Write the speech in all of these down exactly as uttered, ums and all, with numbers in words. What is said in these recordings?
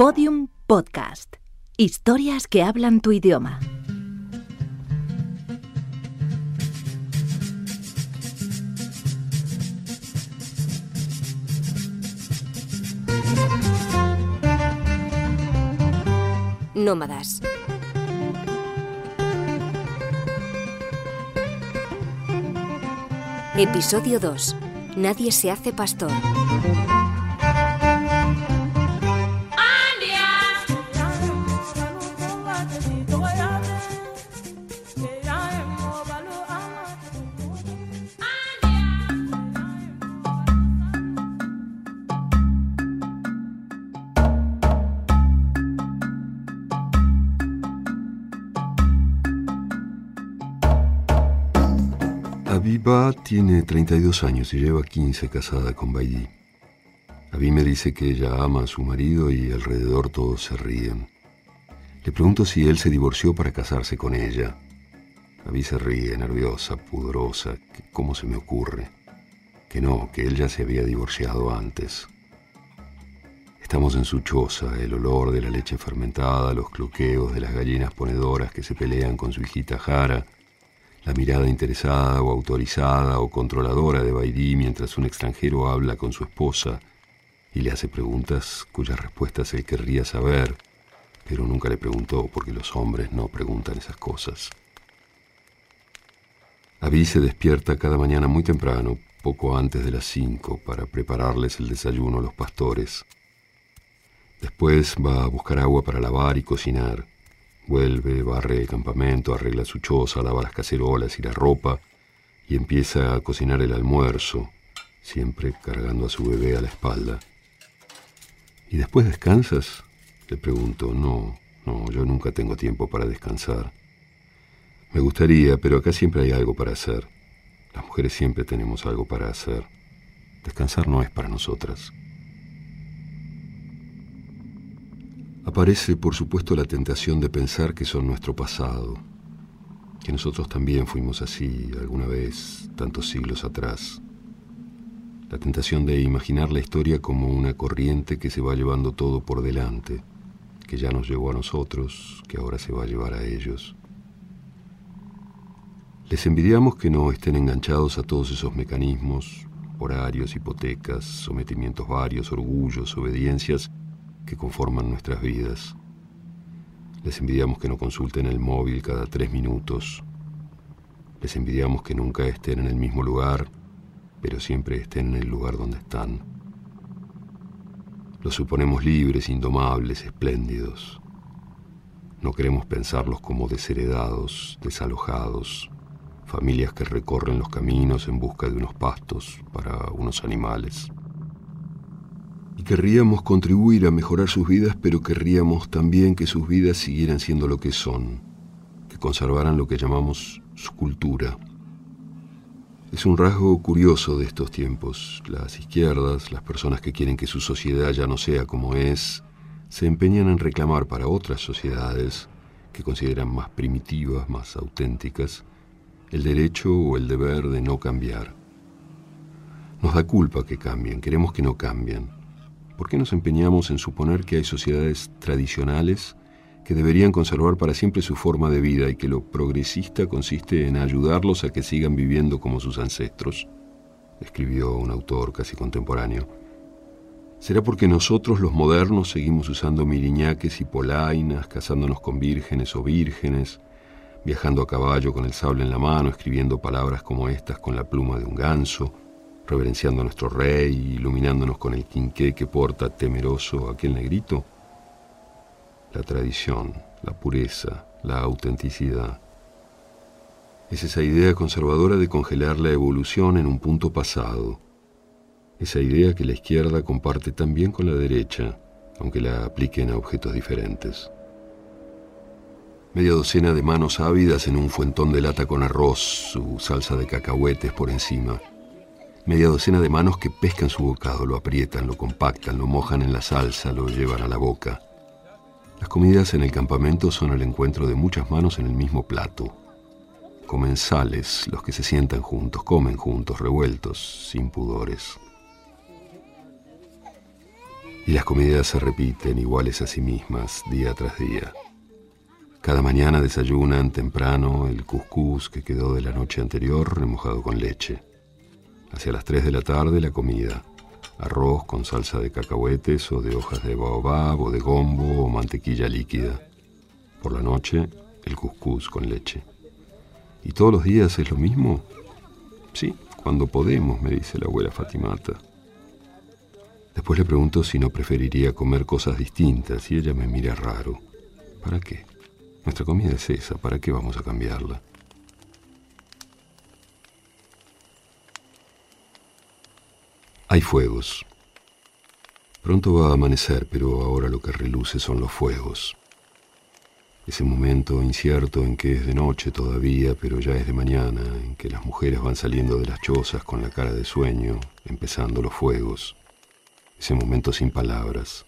Podium Podcast. Historias que hablan tu idioma. Nómadas. Episodio dos. Nadie se hace pastor. Aviva tiene treinta y dos años y lleva quince casada con Baidi. Avi me dice que ella ama a su marido y alrededor todos se ríen. Le pregunto si él se divorció para casarse con ella. Avi se ríe, nerviosa, pudorosa. Que ¿Cómo se me ocurre? Que no, que él ya se había divorciado antes. Estamos en su choza, el olor de la leche fermentada, los cloqueos de las gallinas ponedoras que se pelean con su hijita Jara, la mirada interesada o autorizada o controladora de Baidi mientras un extranjero habla con su esposa y le hace preguntas cuyas respuestas él querría saber, pero nunca le preguntó porque los hombres no preguntan esas cosas. Avi se despierta cada mañana muy temprano, poco antes de las cinco, para prepararles el desayuno a los pastores. Después va a buscar agua para lavar y cocinar. Vuelve, barre el campamento, arregla su choza, lava las cacerolas y la ropa y empieza a cocinar el almuerzo, siempre cargando a su bebé a la espalda. ¿Y después descansas? Le pregunto. No, no, yo nunca tengo tiempo para descansar. Me gustaría, pero acá siempre hay algo para hacer. Las mujeres siempre tenemos algo para hacer. Descansar no es para nosotras. Aparece, por supuesto, la tentación de pensar que son nuestro pasado, que nosotros también fuimos así alguna vez, tantos siglos atrás. La tentación de imaginar la historia como una corriente que se va llevando todo por delante, que ya nos llevó a nosotros, que ahora se va a llevar a ellos. Les envidiamos que no estén enganchados a todos esos mecanismos, horarios, hipotecas, sometimientos varios, orgullos, obediencias, que conforman nuestras vidas. Les envidiamos que no consulten el móvil cada tres minutos. Les envidiamos que nunca estén en el mismo lugar, pero siempre estén en el lugar donde están. Los suponemos libres, indomables, espléndidos. No queremos pensarlos como desheredados, desalojados, familias que recorren los caminos en busca de unos pastos para unos animales. Y querríamos contribuir a mejorar sus vidas, pero querríamos también que sus vidas siguieran siendo lo que son, que conservaran lo que llamamos su cultura. Es un rasgo curioso de estos tiempos. Las izquierdas, las personas que quieren que su sociedad ya no sea como es, se empeñan en reclamar para otras sociedades que consideran más primitivas, más auténticas, el derecho o el deber de no cambiar. Nos da culpa que cambien, queremos que no cambien. ¿Por qué nos empeñamos en suponer que hay sociedades tradicionales que deberían conservar para siempre su forma de vida y que lo progresista consiste en ayudarlos a que sigan viviendo como sus ancestros? Escribió un autor casi contemporáneo. ¿Será porque nosotros los modernos seguimos usando miriñaques y polainas, casándonos con vírgenes o vírgenes, viajando a caballo con el sable en la mano, escribiendo palabras como estas con la pluma de un ganso, reverenciando a nuestro rey, iluminándonos con el quinqué que porta temeroso aquel negrito? La tradición, la pureza, la autenticidad. Es esa idea conservadora de congelar la evolución en un punto pasado. Esa idea que la izquierda comparte también con la derecha, aunque la apliquen a objetos diferentes. Media docena de manos ávidas en un fuentón de lata con arroz, su salsa de cacahuetes por encima. Media docena de manos que pescan su bocado, lo aprietan, lo compactan, lo mojan en la salsa, lo llevan a la boca. Las comidas en el campamento son el encuentro de muchas manos en el mismo plato. Comensales, los que se sientan juntos, comen juntos, revueltos, sin pudores. Y las comidas se repiten iguales a sí mismas, día tras día. Cada mañana desayunan temprano el cuscús que quedó de la noche anterior remojado con leche. Hacia las tres de la tarde la comida. Arroz con salsa de cacahuetes o de hojas de baobab o de gombo o mantequilla líquida. Por la noche, el cuscús con leche. ¿Y todos los días es lo mismo? Sí, cuando podemos, me dice la abuela Fatimata. Después le pregunto si no preferiría comer cosas distintas y ella me mira raro. ¿Para qué? Nuestra comida es esa, ¿para qué vamos a cambiarla? Hay fuegos. Pronto va a amanecer, pero ahora lo que reluce son los fuegos. Ese momento incierto en que es de noche todavía, pero ya es de mañana, en que las mujeres van saliendo de las chozas con la cara de sueño, empezando los fuegos. Ese momento sin palabras.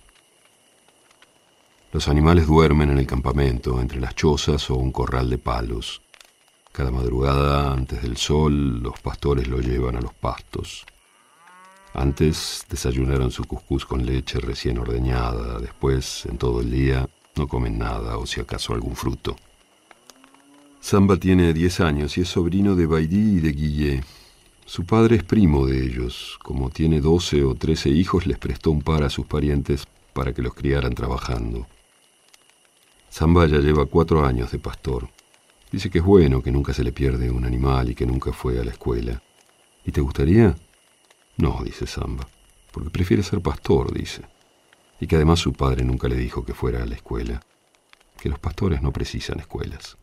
Los animales duermen en el campamento, entre las chozas o un corral de palos. Cada madrugada, antes del sol, los pastores lo llevan a los pastos. Antes desayunaron su cuscús con leche recién ordeñada, después, en todo el día, no comen nada o si acaso algún fruto. Samba tiene diez años y es sobrino de Baidí y de Guillé. Su padre es primo de ellos. Como tiene doce o trece hijos, les prestó un par a sus parientes para que los criaran trabajando. Samba ya lleva cuatro años de pastor. Dice que es bueno, que nunca se le pierde un animal y que nunca fue a la escuela. ¿Y te gustaría? No, dice Samba, porque prefiere ser pastor, dice. Y que además su padre nunca le dijo que fuera a la escuela, que los pastores no precisan escuelas.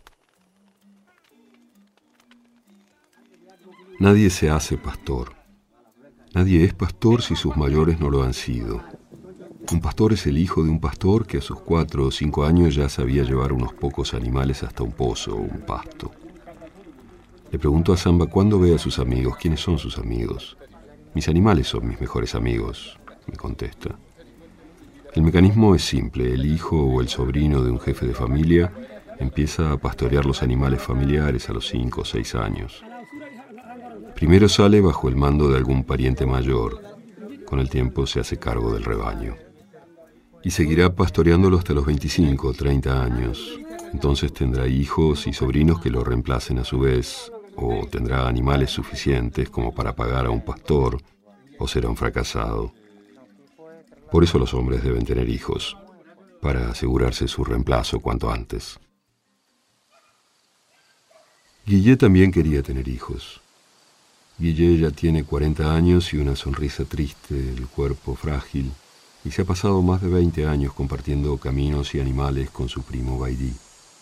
Nadie se hace pastor. Nadie es pastor si sus mayores no lo han sido. Un pastor es el hijo de un pastor que a sus cuatro o cinco años ya sabía llevar unos pocos animales hasta un pozo o un pasto. Le pregunto a Samba cuándo ve a sus amigos, quiénes son sus amigos. Mis animales son mis mejores amigos, me contesta. El mecanismo es simple. El hijo o el sobrino de un jefe de familia empieza a pastorear los animales familiares a los cinco o seis años. Primero sale bajo el mando de algún pariente mayor. Con el tiempo se hace cargo del rebaño. Y seguirá pastoreándolo hasta los veinticinco o treinta años. Entonces tendrá hijos y sobrinos que lo reemplacen a su vez, o tendrá animales suficientes como para pagar a un pastor, o será un fracasado. Por eso los hombres deben tener hijos, para asegurarse su reemplazo cuanto antes. Guillé también quería tener hijos. Guillé ya tiene cuarenta años y una sonrisa triste, el cuerpo frágil, y se ha pasado más de veinte años compartiendo caminos y animales con su primo Baidí.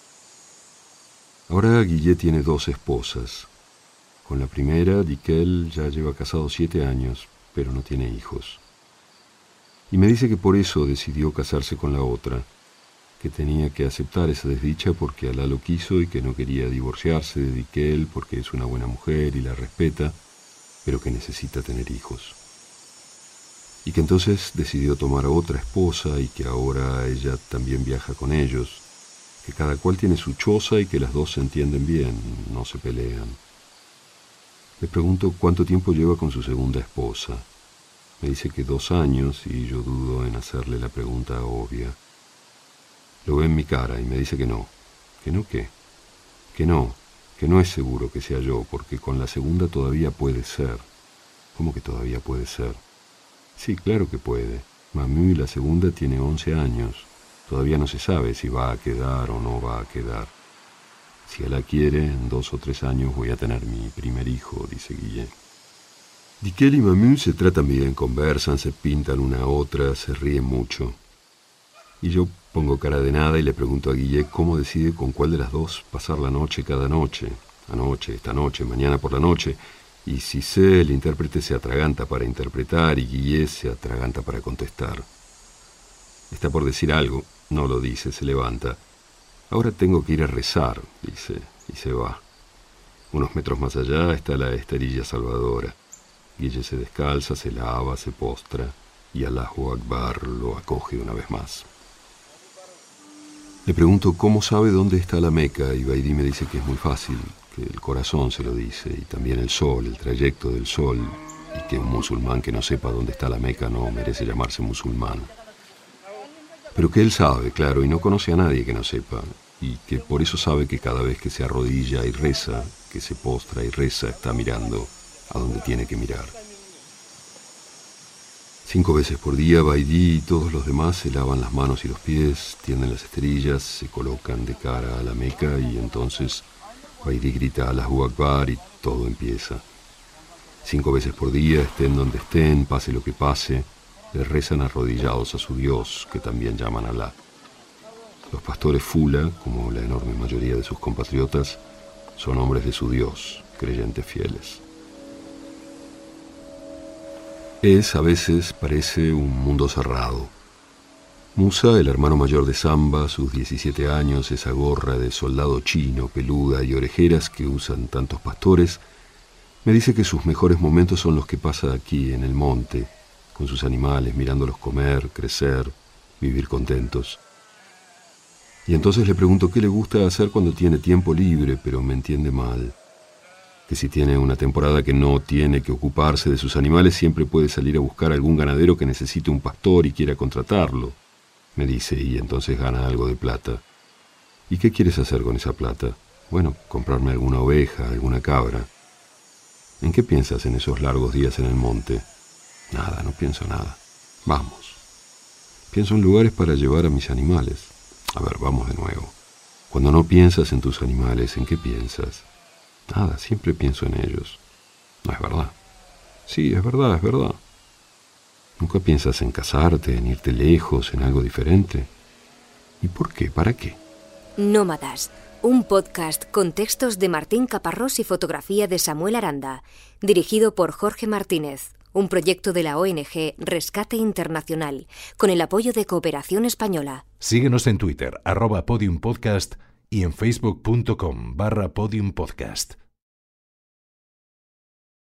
Ahora Guillé tiene dos esposas. Con la primera, Diquel, ya lleva casado siete años, pero no tiene hijos. Y me dice que por eso decidió casarse con la otra, que tenía que aceptar esa desdicha porque Alá lo quiso y que no quería divorciarse de Diquel porque es una buena mujer y la respeta, pero que necesita tener hijos. Y que entonces decidió tomar a otra esposa y que ahora ella también viaja con ellos, que cada cual tiene su choza y que las dos se entienden bien, no se pelean. Le pregunto cuánto tiempo lleva con su segunda esposa. Me dice que dos años y yo dudo en hacerle la pregunta obvia. Lo ve en mi cara y me dice que no. ¿Que no qué? Que no, que no es seguro que sea yo, porque con la segunda todavía puede ser. ¿Cómo que todavía puede ser? Sí, claro que puede. Mamú y la segunda tiene once años. Todavía no se sabe si va a quedar o no va a quedar. Si Alá quiere, en dos o tres años voy a tener mi primer hijo, dice Guillé. Diquel y Mamú se tratan bien, conversan, se pintan una a otra, se ríen mucho. Y yo pongo cara de nada y le pregunto a Guillé cómo decide con cuál de las dos pasar la noche cada noche. Anoche, esta noche, mañana por la noche. Y si sé, el intérprete se atraganta para interpretar y Guillé se atraganta para contestar. Está por decir algo, no lo dice, se levanta. Ahora tengo que ir a rezar, dice, y se va. Unos metros más allá está la esterilla salvadora. Guille se descalza, se lava, se postra, y Allahu Akbar lo acoge una vez más. Le pregunto cómo sabe dónde está la Meca, y Baidí me dice que es muy fácil, que el corazón se lo dice, y también el sol, el trayecto del sol, y que un musulmán que no sepa dónde está la Meca no merece llamarse musulmán. Pero que él sabe, claro, y no conoce a nadie que no sepa, y que por eso sabe que cada vez que se arrodilla y reza, que se postra y reza, está mirando a donde tiene que mirar. Cinco veces por día, Baidí y todos los demás se lavan las manos y los pies, tienden las esterillas, se colocan de cara a la Meca y entonces Baidí grita Allahu Akbar y todo empieza. Cinco veces por día, estén donde estén, pase lo que pase, le rezan arrodillados a su Dios, que también llaman Alá. Los pastores Fula, como la enorme mayoría de sus compatriotas, son hombres de su Dios, creyentes fieles. Es, a veces, parece un mundo cerrado. Musa, el hermano mayor de Samba, sus diecisiete años, esa gorra de soldado chino, peluda y orejeras que usan tantos pastores, me dice que sus mejores momentos son los que pasa aquí, en el monte, con sus animales, mirándolos comer, crecer, vivir contentos. Y entonces le pregunto qué le gusta hacer cuando tiene tiempo libre, pero me entiende mal. Que si tiene una temporada que no tiene que ocuparse de sus animales, siempre puede salir a buscar a algún ganadero que necesite un pastor y quiera contratarlo, me dice, y entonces gana algo de plata. ¿Y qué quieres hacer con esa plata? Bueno, comprarme alguna oveja, alguna cabra. ¿En qué piensas en esos largos días en el monte? Nada, no pienso nada. Vamos. Pienso en lugares para llevar a mis animales. A ver, vamos de nuevo. Cuando no piensas en tus animales, ¿en qué piensas? Nada, siempre pienso en ellos. No es verdad. Sí, es verdad, es verdad. ¿Nunca piensas en casarte, en irte lejos, en algo diferente? ¿Y por qué? ¿Para qué? Nómadas, un podcast con textos de Martín Caparrós y fotografía de Samuel Aranda, dirigido por Jorge Martínez, un proyecto de la O N G Rescate Internacional, con el apoyo de Cooperación Española. Síguenos en Twitter, arroba Podium Podcast, y en facebook punto com barra Podium Podcast.